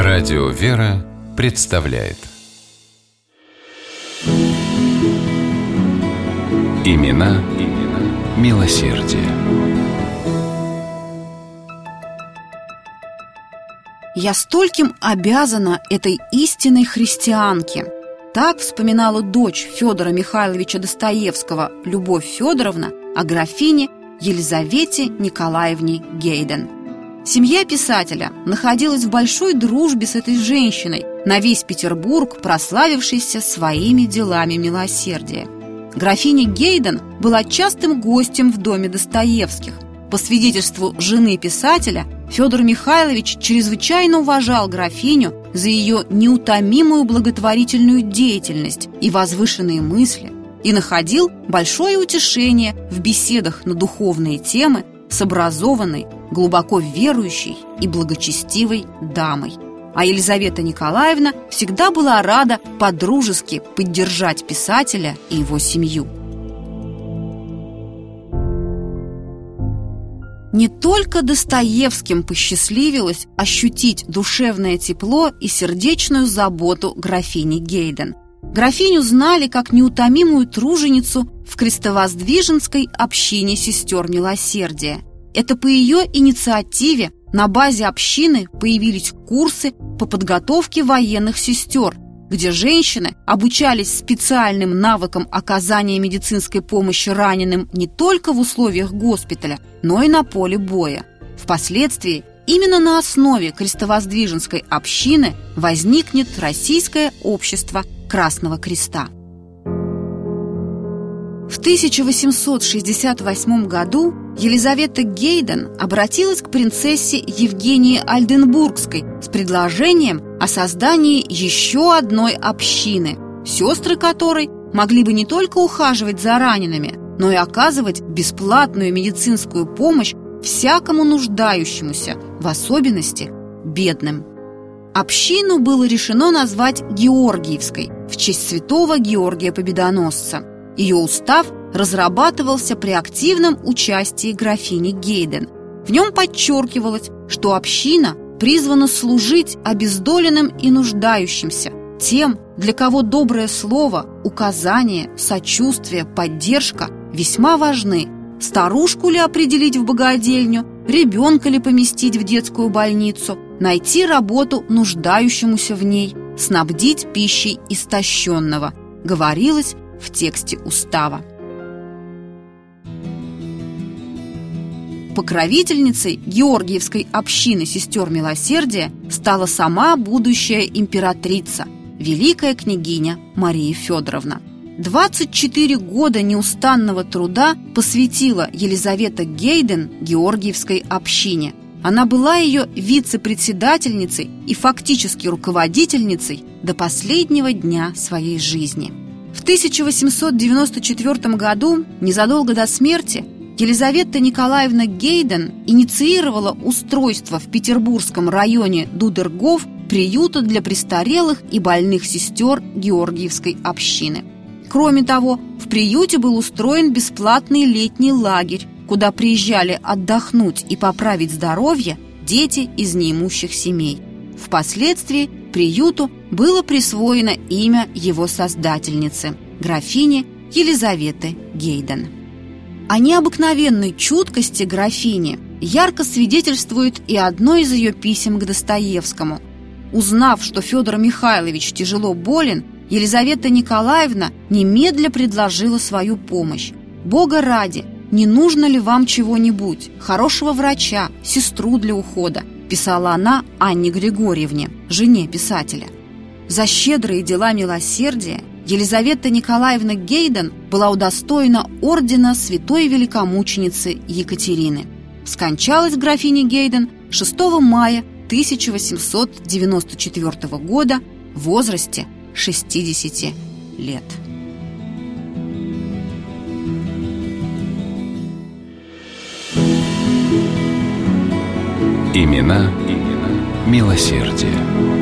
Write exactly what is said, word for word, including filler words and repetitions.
Радио «Вера» представляет Имена, имена милосердия. «Я стольким обязана этой истинной христианке». Так вспоминала дочь Федора Михайловича Достоевского, Любовь Федоровна, о графине Елизавете Николаевне Гейден. Семья писателя находилась в большой дружбе с этой женщиной, на весь Петербург прославившейся своими делами милосердия. Графиня Гейден была частым гостем в доме Достоевских. По свидетельству жены писателя, Федор Михайлович чрезвычайно уважал графиню за ее неутомимую благотворительную деятельность и возвышенные мысли и находил большое утешение в беседах на духовные темы с образованной, глубоко верующей и благочестивой дамой. А Елизавета Николаевна всегда была рада по-дружески поддержать писателя и его семью. Не только Достоевским посчастливилось ощутить душевное тепло и сердечную заботу графини Гейден. Графиню знали как неутомимую труженицу в крестовоздвиженской общине сестер милосердия. Это по ее инициативе на базе общины появились курсы по подготовке военных сестер, где женщины обучались специальным навыкам оказания медицинской помощи раненым не только в условиях госпиталя, но и на поле боя. Впоследствии именно на основе крестовоздвиженской общины возникнет Российское общество Красного Креста. В тысяча восемьсот шестьдесят восьмом году Елизавета Гейден обратилась к принцессе Евгении Ольденбургской с предложением о создании еще одной общины, сестры которой могли бы не только ухаживать за ранеными, но и оказывать бесплатную медицинскую помощь всякому нуждающемуся, в особенности бедным. Общину было решено назвать Георгиевской в честь святого Георгия Победоносца. Ее устав разрабатывался при активном участии графини Гейден. В нем подчеркивалось, что община призвана служить обездоленным и нуждающимся, тем, для кого доброе слово, указание, сочувствие, поддержка весьма важны. Старушку ли определить в богадельню, ребенка ли поместить в детскую больницу, найти работу нуждающемуся в ней, снабдить пищей истощенного, говорилось в тексте устава. Покровительницей Георгиевской общины сестер милосердия стала сама будущая императрица, великая княгиня Мария Федоровна. двадцать четыре года неустанного труда посвятила Елизавета Гейден Георгиевской общине. Она была ее вице-председательницей и фактически руководительницей до последнего дня своей жизни. В тысяча восемьсот девяносто четвёртом году, незадолго до смерти, Елизавета Николаевна Гейден инициировала устройство в петербургском районе Дудергоф приюта для престарелых и больных сестер Георгиевской общины. Кроме того, в приюте был устроен бесплатный летний лагерь, куда приезжали отдохнуть и поправить здоровье дети из неимущих семей. Впоследствии приюту было присвоено имя его создательницы, графини Елизаветы Гейден. О необыкновенной чуткости графини ярко свидетельствует и одно из ее писем к Достоевскому. Узнав, что Федор Михайлович тяжело болен, Елизавета Николаевна немедля предложила свою помощь. «Бога ради, не нужно ли вам чего-нибудь, хорошего врача, сестру для ухода?» писала она Анне Григорьевне, жене писателя. За щедрые дела милосердия Елизавета Николаевна Гейден была удостоена ордена святой великомученицы Екатерины. Скончалась графиня Гейден шестого мая тысяча восемьсот девяносто четвёртого года в возрасте шестидесяти лет. Имена, имена милосердия.